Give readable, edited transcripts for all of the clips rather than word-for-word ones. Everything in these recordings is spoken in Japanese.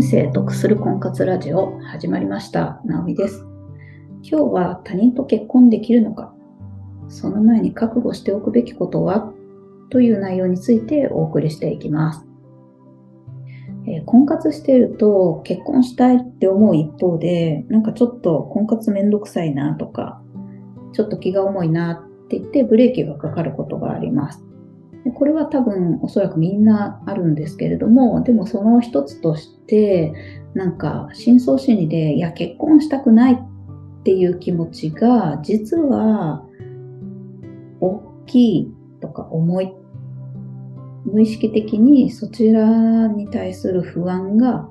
生得する婚活ラジオ始まりました。なおみです。今日は他人と結婚できるのか、その前に覚悟しておくべきことはという内容についてお送りしていきます。婚活していると結婚したいって思う一方で、なんかちょっと婚活めんどくさいなとか、ちょっと気が重いなって言ってブレーキがかかることがあります。これは多分おそらくみんなあるんですけれども、でもその一つとしてなんか深層心理で結婚したくないっていう気持ちが実は大きいとか重い、無意識的にそちらに対する不安が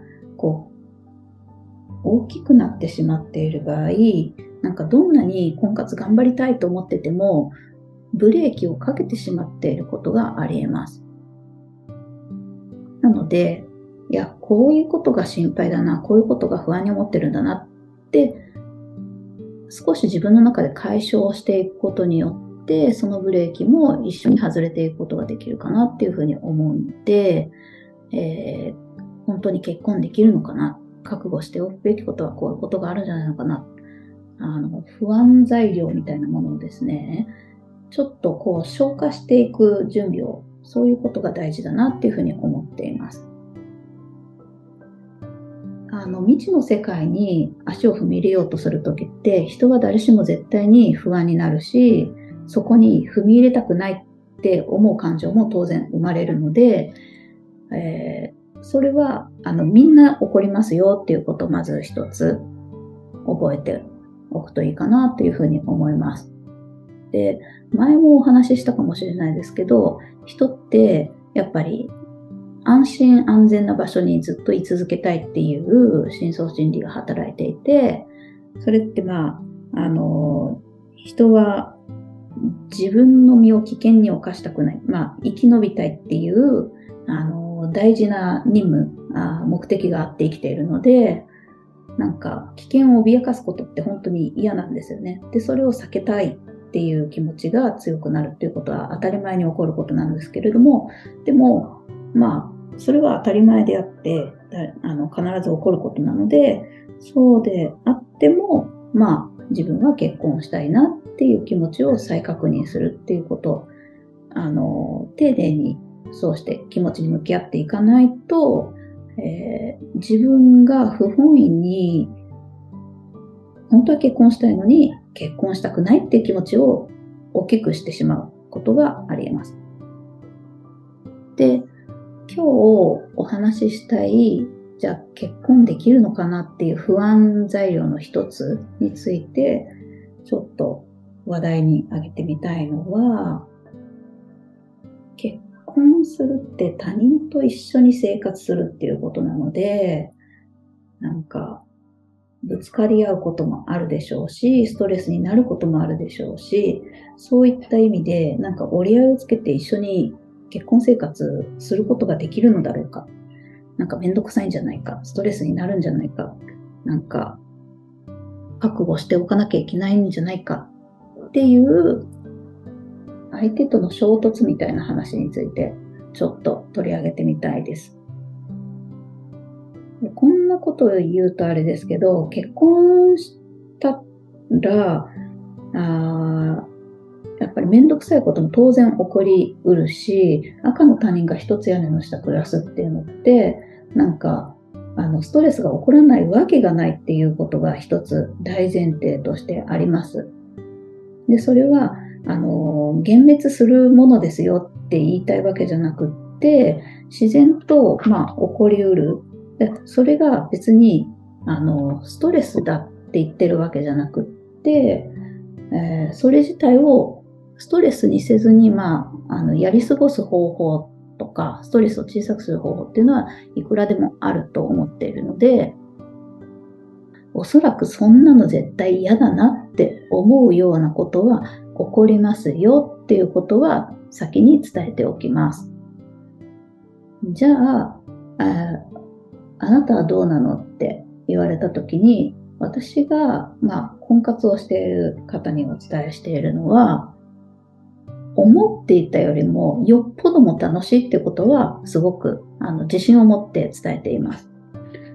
大きくなってしまっている場合、なんかどんなに婚活頑張りたいと思っててもブレーキをかけてしまっていることがあり得ます。なので、こういうことが心配だな、こういうことが不安に思ってるんだなって、少し自分の中で解消していくことによって、そのブレーキも一緒に外れていくことができるかなっていうふうに思うので、本当に結婚できるのかな、覚悟しておくべきことはこういうことがあるんじゃないのかな、不安材料みたいなものをですね、ちょっと消化していく準備を、そういうことが大事だなっていうふうに思っています。未知の世界に足を踏み入れようとするときって、人は誰しも絶対に不安になるし、そこに踏み入れたくないって思う感情も当然生まれるので、それはみんな起こりますよっていうことをまず一つ覚えておくといいかなというふうに思います。で、前もお話ししたかもしれないですけど、人ってやっぱり安心安全な場所にずっと居続けたいっていう深層心理が働いていて、それって人は自分の身を危険に侵したくない、生き延びたいっていう大事な任務、目的があって生きているので、なんか危険を脅かすことって本当に嫌なんですよね。で、それを避けたいっていう気持ちが強くなるっていうことは当たり前に起こることなんですけれども、でもそれは当たり前であって必ず起こることなので、そうであっても自分は結婚したいなっていう気持ちを再確認するっていうこと、丁寧にそうして気持ちに向き合っていかないと、自分が不本意に本当は結婚したいのに結婚したくないっていう気持ちを大きくしてしまうことがあり得ます。で、今日お話ししたい、じゃあ結婚できるのかなっていう不安材料の一つについてちょっと話題に挙げてみたいのは、結婚するって他人と一緒に生活するっていうことなので、なんかぶつかり合うこともあるでしょうし、ストレスになることもあるでしょうし、そういった意味でなんか折り合いをつけて一緒に結婚生活することができるのだろうか、なんかめんどくさいんじゃないか、ストレスになるんじゃないか、なんか覚悟しておかなきゃいけないんじゃないかっていう相手との衝突みたいな話についてちょっと取り上げてみたいです。こんなことを言うとあれですけど、結婚したらやっぱりめんどくさいことも当然起こりうるし、赤の他人が一つ屋根の下暮らすっていうのって、なんかストレスが起こらないわけがないっていうことが一つ大前提としてあります。で、それは幻滅するものですよって言いたいわけじゃなくって、自然と起こりうる。で、それが別にストレスだって言ってるわけじゃなくって、それ自体をストレスにせずに、やり過ごす方法とか、ストレスを小さくする方法っていうのはいくらでもあると思っているので、おそらくそんなの絶対嫌だなって思うようなことは起こりますよっていうことは先に伝えておきます。じゃあ、あなたはどうなのって言われたときに、私が婚活をしている方にお伝えしているのは、思っていたよりもよっぽども楽しいってことはすごく自信を持って伝えています。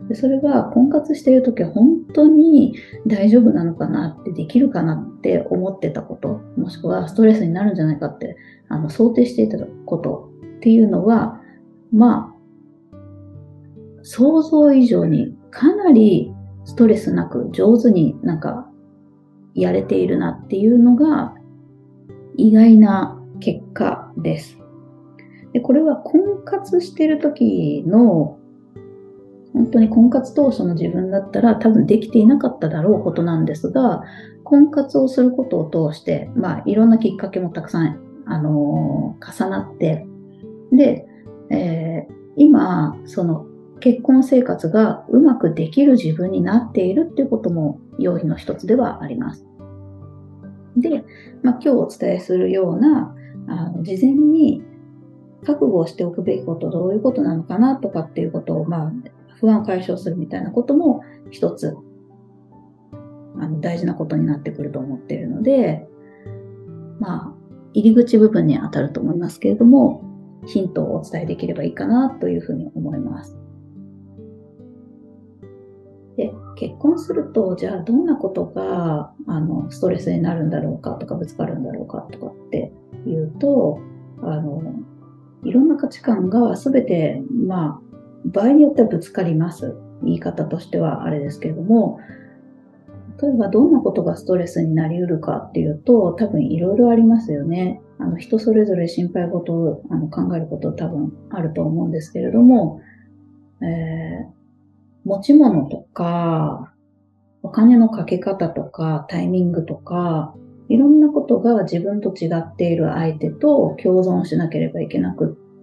でそれが婚活しているときは本当に大丈夫なのかなって、できるかなって思ってたこと、もしくはストレスになるんじゃないかって想定していたことっていうのは、まあ想像以上にかなりストレスなく上手にやれているなっていうのが意外な結果です。で、これは婚活してる時の本当に婚活当初の自分だったら多分できていなかっただろうことなんですが、婚活をすることを通して、いろんなきっかけもたくさん、重なって、で、今、その結婚生活がうまくできる自分になっているっていうことも要因の一つではあります。で、今日お伝えするような、事前に覚悟をしておくべきことどういうことなのかなとかっていうことを、不安を解消するみたいなことも一つ大事なことになってくると思っているので、入り口部分に当たると思いますけれども、ヒントをお伝えできればいいかなというふうに思います。で、結婚すると、じゃあどんなことがストレスになるんだろうかとか、ぶつかるんだろうかとかっていうと、いろんな価値観が全て、場合によってはぶつかります。言い方としてはあれですけれども、例えばどんなことがストレスになりうるかっていうと、多分いろいろありますよね。人それぞれ心配事を考えること多分あると思うんですけれども、持ち物とか、お金のかけ方とか、タイミングとか、いろんなことが自分と違っている相手と共存しなければいけなくって、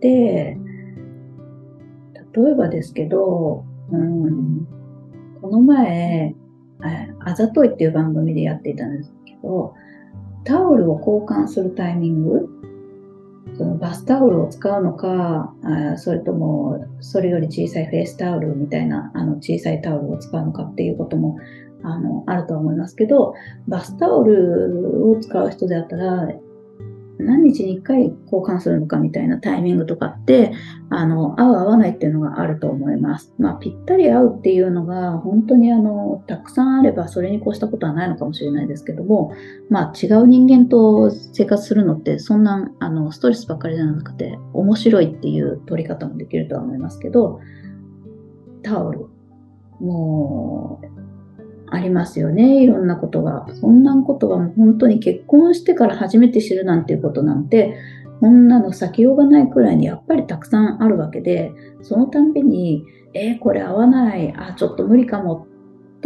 例えばですけど、この前、あざといっていう番組でやっていたんですけど、タオルを交換するタイミング、そのバスタオルを使うのか、それともそれより小さいフェイスタオルみたいな小さいタオルを使うのかっていうこともあるとは思いますけど、バスタオルを使う人であったら何日に1回交換するのかみたいなタイミングとかって合う合わないっていうのがあると思います。ぴったり合うっていうのが本当にたくさんあればそれに越したことはないのかもしれないですけども、違う人間と生活するのってそんなストレスばっかりじゃなくて面白いっていう取り方もできるとは思いますけど、タオルもうありますよね。いろんなことが。そんなことはもう本当に結婚してから初めて知るなんていうことなんて、こんなの避けようがないくらいにやっぱりたくさんあるわけで、そのたんびに、これ合わない、ちょっと無理かもって、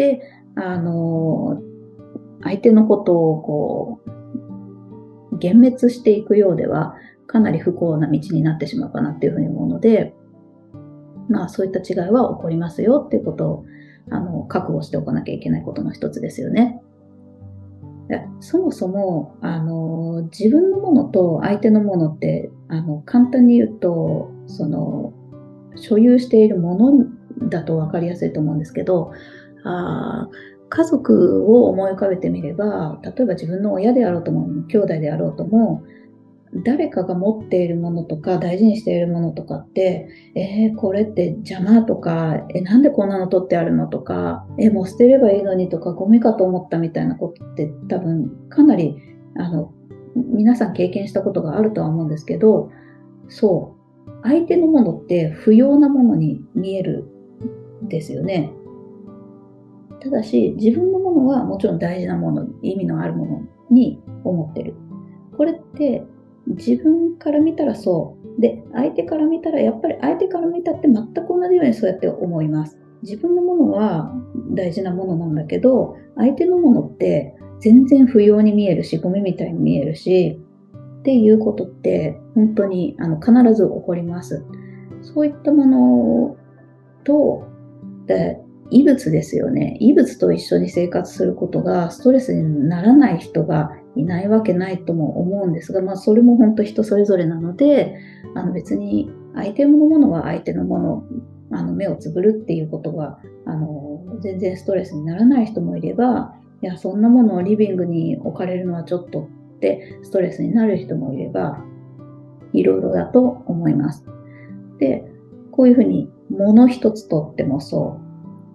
相手のことを幻滅していくようでは、かなり不幸な道になってしまうかなっていうふうに思うので、そういった違いは起こりますよっていうことを覚悟しておかなきゃいけないことの一つですよね。そもそも自分のものと相手のものって簡単に言うと所有しているものだと分かりやすいと思うんですけど、家族を思い浮かべてみれば、例えば自分の親であろうとも兄弟であろうとも、誰かが持っているものとか大事にしているものとかって、これって邪魔とか、なんでこんなの取ってあるのとか、もう捨てればいいのにとか、ゴミかと思ったみたいなことって多分かなり皆さん経験したことがあるとは思うんですけど、相手のものって不要なものに見えるんですよね。ただし自分のものはもちろん大事なもの、意味のあるものに思ってる。これって自分から見たらそうで、相手から見たらやっぱり相手から見たって全く同じようにそうやって思います。自分のものは大事なものなんだけど、相手のものって全然不要に見えるし、ゴミみたいに見えるしっていうことって本当に必ず起こります。そういったものと異物ですよね。異物と一緒に生活することがストレスにならない人がいないわけないとも思うんですが、それも本当人それぞれなので、別に相手のものは相手のもの、目をつぶるっていうことが全然ストレスにならない人もいれば、いやそんなものをリビングに置かれるのはちょっとってストレスになる人もいれば、いろいろだと思います。で、こういうふうに物一つとってもそう。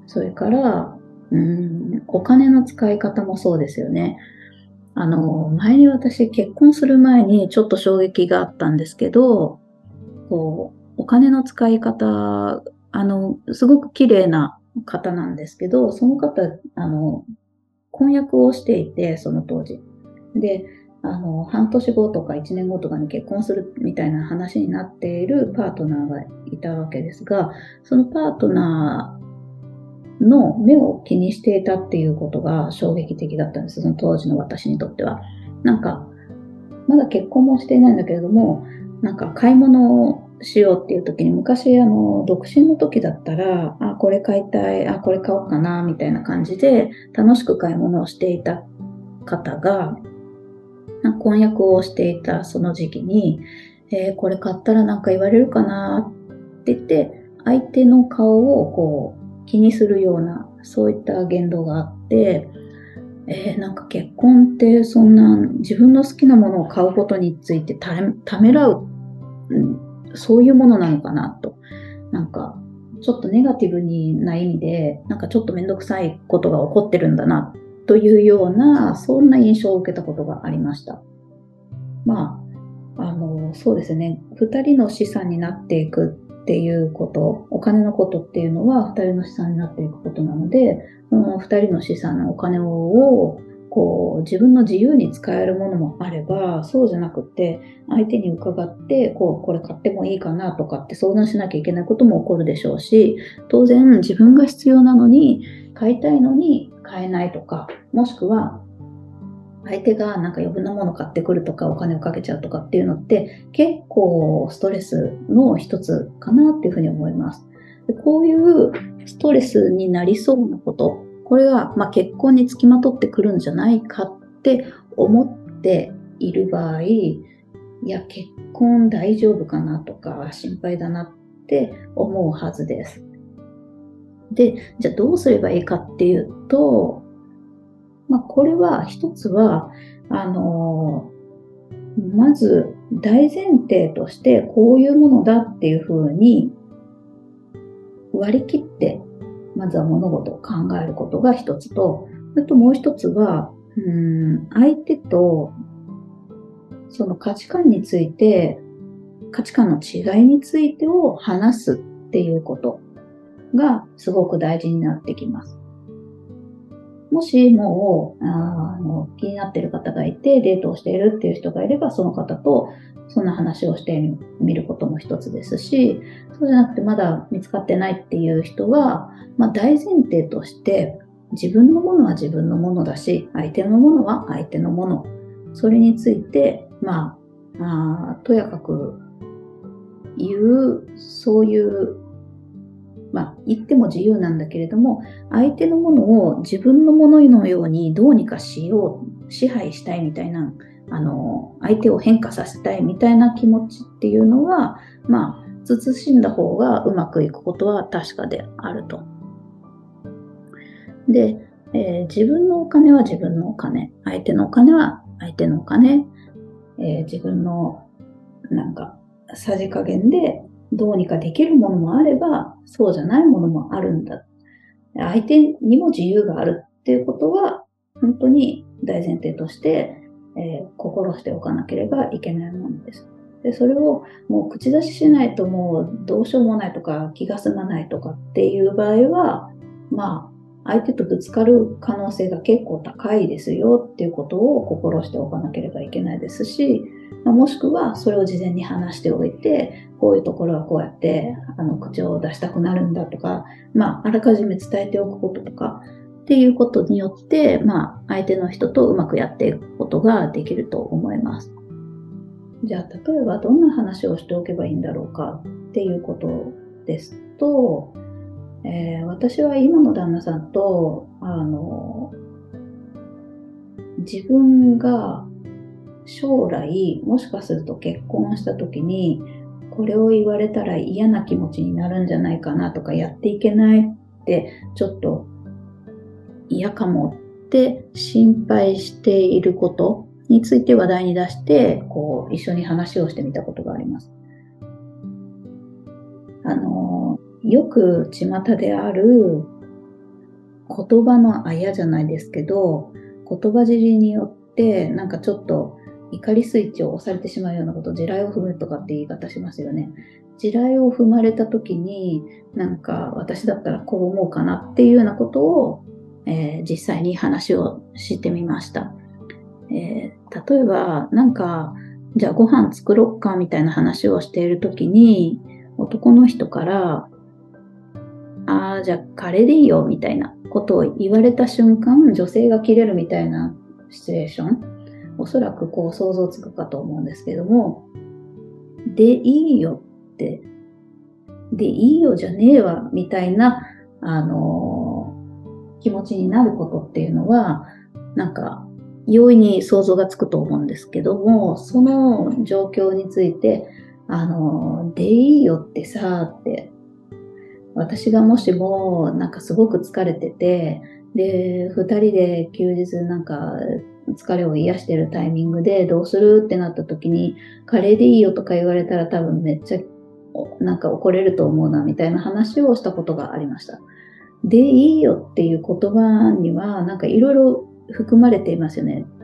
それから、お金の使い方もそうですよね。前に私結婚する前にちょっと衝撃があったんですけど、お金の使い方、すごく綺麗な方なんですけど、その方、婚約をしていて、その当時。で、半年後とか1年後とかに結婚するみたいな話になっているパートナーがいたわけですが、そのパートナーの目を気にしていたっていうことが衝撃的だったんです。その当時の私にとっては。なんか、まだ結婚もしていないんだけれども、なんか買い物をしようっていう時に、昔独身の時だったら、これ買いたい、これ買おうかな、みたいな感じで楽しく買い物をしていた方が、婚約をしていたその時期に、これ買ったらなんか言われるかなって言って、相手の顔を気にするような、そういった言動があって、なんか結婚ってそんな自分の好きなものを買うことについてためらう、そういうものなのかなと。なんかちょっとネガティブな意味で、なんかちょっとめんどくさいことが起こってるんだなというような、そんな印象を受けたことがありました。そうですね。2人の資産になっていくっていうこと、お金のことっていうのは2人の資産になっていくことなので、2人の資産のお金を自分の自由に使えるものもあれば、そうじゃなくて相手に伺ってこれ買ってもいいかなとかって相談しなきゃいけないことも起こるでしょうし、当然自分が必要なのに買いたいのに買えないとか、もしくは相手がなんか余分なもの買ってくるとかお金をかけちゃうとかっていうのって結構ストレスの一つかなっていうふうに思います。で、こういうストレスになりそうなこと、これが結婚につきまとってくるんじゃないかって思っている場合、いや、結婚大丈夫かなとか心配だなって思うはずです。で、じゃあどうすればいいかっていうと、これは一つは、まず大前提としてこういうものだっていうふうに割り切って、まずは物事を考えることが一つと、あともう一つは、相手とその価値観について、価値観の違いについてを話すっていうことがすごく大事になってきます。もしも気になっている方がいてデートをしているっていう人がいれば、その方とそんな話をしてみることも一つですし、そうじゃなくてまだ見つかってないっていう人は、大前提として自分のものは自分のものだし、相手のものは相手のもの、それについてとやかく言う、そういう言っても自由なんだけれども、相手のものを自分のもののようにどうにかしよう、支配したいみたいな、相手を変化させたいみたいな気持ちっていうのは、慎んだ方がうまくいくことは確かであると。で、自分のお金は自分のお金、相手のお金は相手のお金、自分のさじ加減でどうにかできるものもあれば、そうじゃないものもあるんだ。相手にも自由があるっていうことは、本当に大前提として、心しておかなければいけないものです。で、それをもう口出ししないともうどうしようもないとか気が済まないとかっていう場合は、相手とぶつかる可能性が結構高いですよっていうことを心しておかなければいけないですし、もしくはそれを事前に話しておいて、こういうところはこうやって口を出したくなるんだとか、あらかじめ伝えておくこととかっていうことによって、相手の人とうまくやっていくことができると思います。じゃあ例えばどんな話をしておけばいいんだろうかっていうことですと、私は今の旦那さんと自分が将来もしかすると結婚した時にこれを言われたら嫌な気持ちになるんじゃないかなとか、やっていけないってちょっと嫌かもって心配していることについて話題に出して一緒に話をしてみたことがあります。よく巷である言葉のあやじゃないですけど、言葉尻によってなんかちょっと怒りスイッチを押されてしまうようなこと、地雷を踏むとかって言い方しますよね。地雷を踏まれた時になんか私だったらこう思うかなっていうようなことを、実際に話をしてみました。例えばなんかじゃあご飯作ろっかみたいな話をしている時に男の人からじゃあカレーでいいよみたいなことを言われた瞬間、女性が切れるみたいなシチュエーション、おそらくこう想像つくかと思うんですけども、でいいよって、でいいよじゃねえわみたいな、気持ちになることっていうのは、なんか容易に想像がつくと思うんですけども、その状況について、でいいよってさって、私がもしもなんかすごく疲れてて、で、2人で休日なんか疲れを癒してるタイミングでどうするってなった時に、カレーでいいよとか言われたら多分めっちゃなんか怒れると思うなみたいな話をしたことがありました。でいいよっていう言葉にはなんかいろいろ含まれていますよね。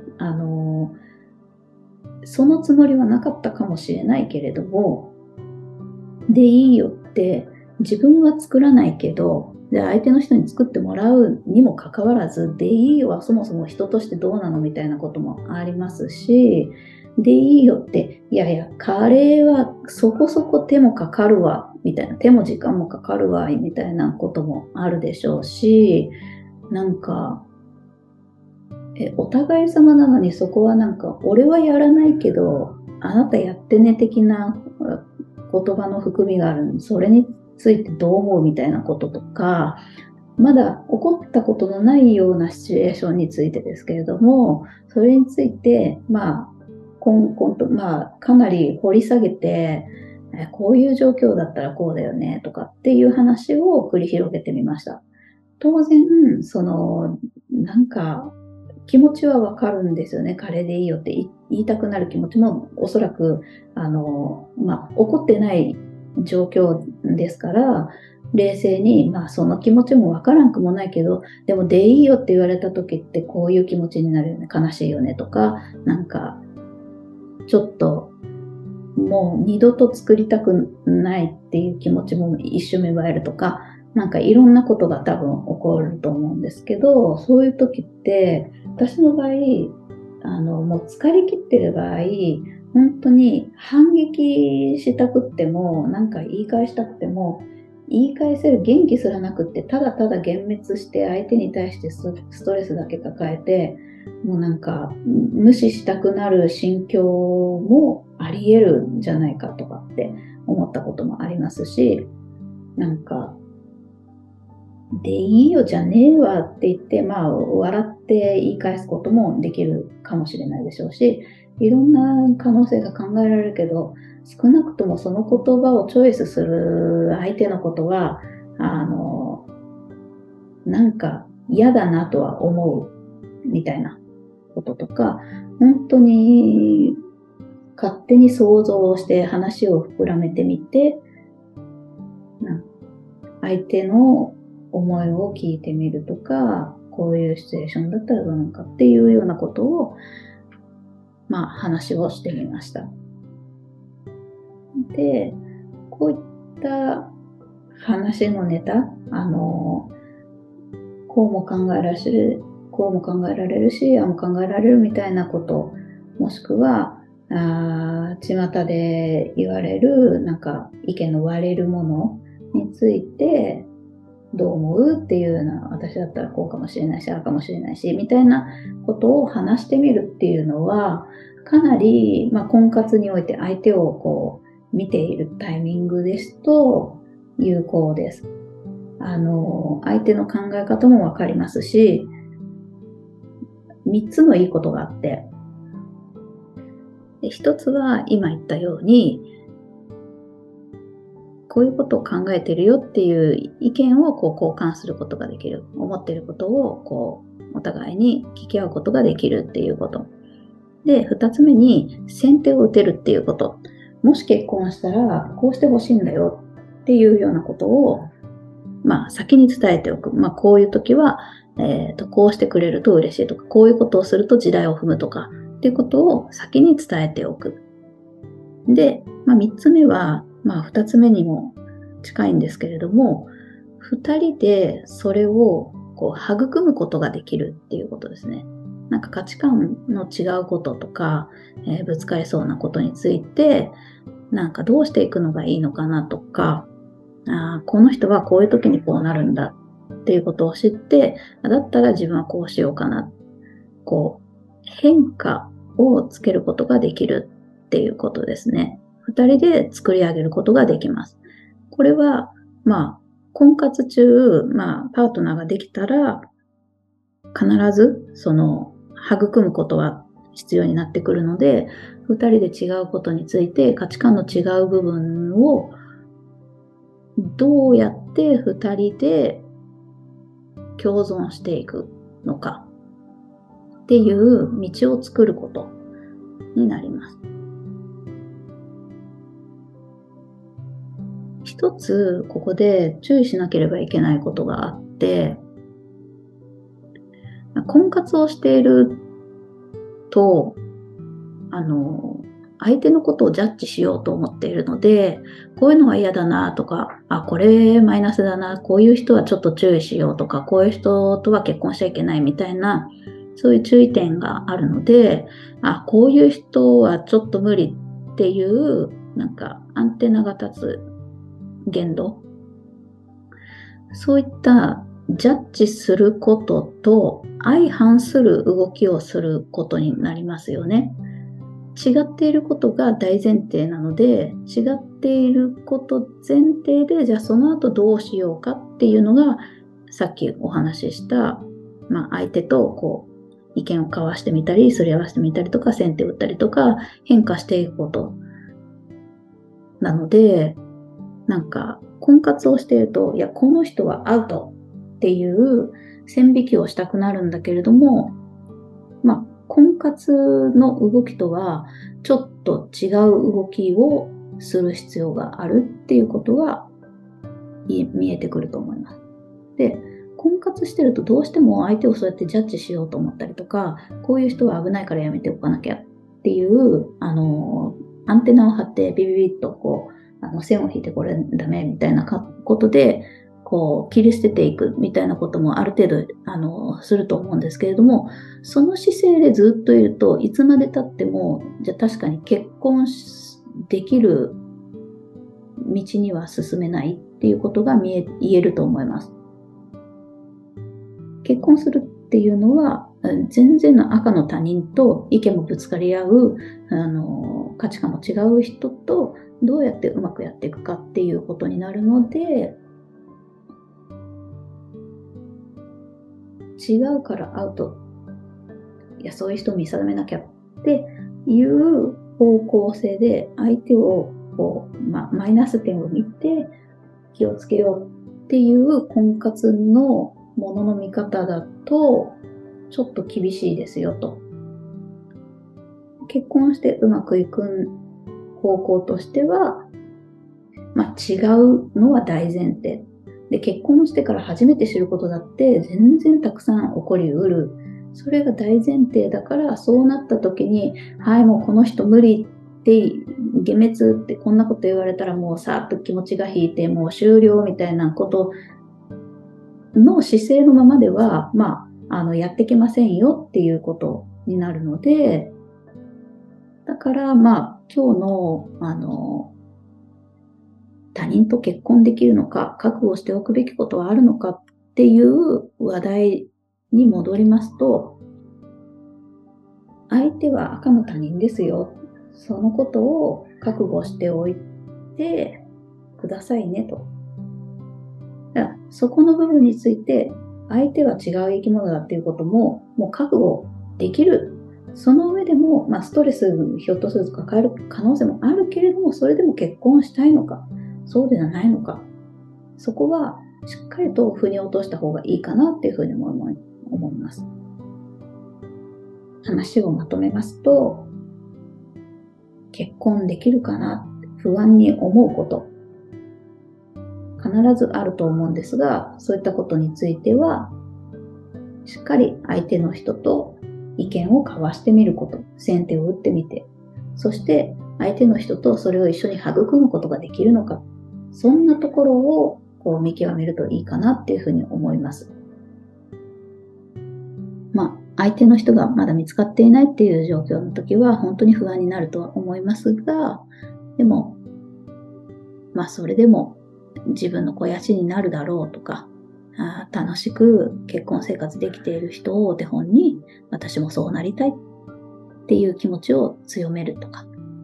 そのつもりはなかったかもしれないけれども、でいいよって自分は作らないけど、で相手の人に作ってもらうにもかかわらず、でいいよはそもそも人としてどうなのみたいなこともありますし、でいいよって、いやいやカレーはそこそこ手もかかるわみたいな、手も時間もかかるわみたいなこともあるでしょうし、なんかお互い様なのにそこはなんか俺はやらないけどあなたやってね的な言葉の含みがあるのに、それについてどう思うみたいなこととか、まだ起こったことのないようなシチュエーションについてですけれども、それについてコンコンとかなり掘り下げて、こういう状況だったらこうだよねとかっていう話を繰り広げてみました。当然なんか気持ちはわかるんですよね。カレーでいいよって言いたくなる気持ちもおそらく起こってない状況ですから、冷静にその気持ちもわからんくもないけど、でもでいいよって言われた時ってこういう気持ちになるよね、悲しいよねとか、なんかちょっともう二度と作りたくないっていう気持ちも一瞬芽生えるとか、なんかいろんなことが多分起こると思うんですけど、そういう時って私の場合もう疲れ切ってる場合、本当に反撃したくっても、なんか言い返したくても言い返せる元気すらなくって、ただただ幻滅して相手に対してストレスだけ抱えて、もうなんか無視したくなる心境もあり得るんじゃないかとかって思ったこともありますし、なんかでいいよじゃねえわって言って笑って言い返すこともできるかもしれないでしょうし、いろんな可能性が考えられるけど、少なくともその言葉をチョイスする相手のことはなんか嫌だなとは思うみたいなこととか、本当に勝手に想像して話を膨らめてみて、相手の思いを聞いてみるとか、こういうシチュエーションだったらどうなのかっていうようなことを話をしてみました。で、こういった話のネタ、こうも考えられる、こうも考えられるし、ああも考えられるみたいなこと、もしくは巷で言われるなんか意見の割れるものについてどう思うっていうような、私だったらこうかもしれないし、ああかもしれないしみたいなことを話してみるっていうのは、かなり、婚活において相手をこう見ているタイミングですと有効です。相手の考え方もわかりますし、3つのいいことがあって、1つは今言ったように、こういうことを考えてるよっていう意見をこう交換することができる。思ってることをこうお互いに聞き合うことができるっていうこと。で、2つ目に先手を打てるっていうこと。もし結婚したらこうしてほしいんだよっていうようなことを先に伝えておく。こういう時はこうしてくれると嬉しいとか、こういうことをすると時代を踏むとか、っていうことを先に伝えておく。で、3つ目は、2つ目にも近いんですけれども、2人でそれを育むことができるっていうことですね。なんか価値観の違うこととか、ぶつかりそうなことについて、なんかどうしていくのがいいのかなとか、この人はこういう時にこうなるんだっていうことを知って、だったら自分はこうしようかな。変化をつけることができるっていうことですね。2人で作り上げることができます。これは、婚活中、パートナーができたら、必ず、育むことは必要になってくるので、2人で違うことについて価値観の違う部分をどうやって2人で共存していくのかっていう道を作ることになります。一つここで注意しなければいけないことがあって、婚活をしていると、相手のことをジャッジしようと思っているので、こういうのは嫌だなとか、これマイナスだな、こういう人はちょっと注意しようとか、こういう人とは結婚しちゃいけないみたいな、そういう注意点があるので、こういう人はちょっと無理っていう、なんかアンテナが立つ言動、そういったジャッジすることと相反する動きをすることになりますよね。違っていることが大前提なので、違っていること前提で、じゃあその後どうしようかっていうのが、さっきお話しした、相手と意見を交わしてみたり、すり合わせてみたりとか、先手を打ったりとか、変化していくことなので、なんか婚活をしていると、いや、この人はアウトっていう線引きをしたくなるんだけれども、婚活の動きとはちょっと違う動きをする必要があるっていうことが見えてくると思います。で、婚活してるとどうしても相手をそうやってジャッジしようと思ったりとか、こういう人は危ないからやめておかなきゃっていうアンテナを張ってビビビッと線を引いてこれダメみたいなことで切り捨てていくみたいなこともある程度すると思うんですけれども、その姿勢でずっといるといつまで経っても、じゃあ確かに結婚できる道には進めないっていうことが言えると思います。結婚するっていうのは全然の赤の他人と意見もぶつかり合う価値観も違う人とどうやってうまくやっていくかっていうことになるので、違うからアウト、いやそういう人を見定めなきゃっていう方向性で相手をマイナス点を見て気をつけようっていう婚活のものの見方だとちょっと厳しいですよと。結婚してうまくいく方向としては、違うのは大前提で、結婚してから初めて知ることだって全然たくさん起こりうる。それが大前提だから、そうなった時に、もうこの人無理って幻滅ってこんなこと言われたらもうさっと気持ちが引いてもう終了みたいなことの姿勢のままではやってきませんよっていうことになるので、だから今日の他人と結婚できるのか、覚悟しておくべきことはあるのかっていう話題に戻りますと、相手は赤の他人ですよ。そのことを覚悟しておいてくださいねと。だからそこの部分について、相手は違う生き物だっていうことももう覚悟できる。その上でも、ストレスひょっとすると抱える可能性もあるけれども、それでも結婚したいのか、そうではないのか、そこはしっかりと腑に落とした方がいいかなっていうふうに思います。話をまとめますと、結婚できるかな、不安に思うこと、必ずあると思うんですが、そういったことについては、 しっかり相手の人と意見を交わしてみること、先手を打ってみて、そして相手の人とそれを一緒に育むことができるのか、そんなところを見極めるといいかなっていうふうに思います。相手の人がまだ見つかっていないっていう状況の時は本当に不安になるとは思いますが、でも、それでも自分の肥やしになるだろうとか、楽しく結婚生活できている人をお手本に、私もそうなりたいっていう気持ちを強めるとか、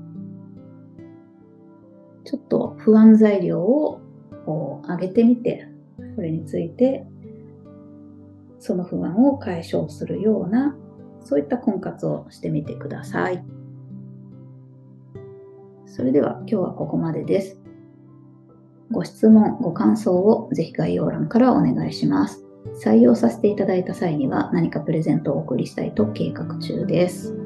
ちょっと不安材料を上げてみて、それについてその不安を解消するような、そういった婚活をしてみてください。それでは今日はここまでです。ご質問、ご感想をぜひ概要欄からお願いします。採用させていただいた際には何かプレゼントをお送りしたいと計画中です。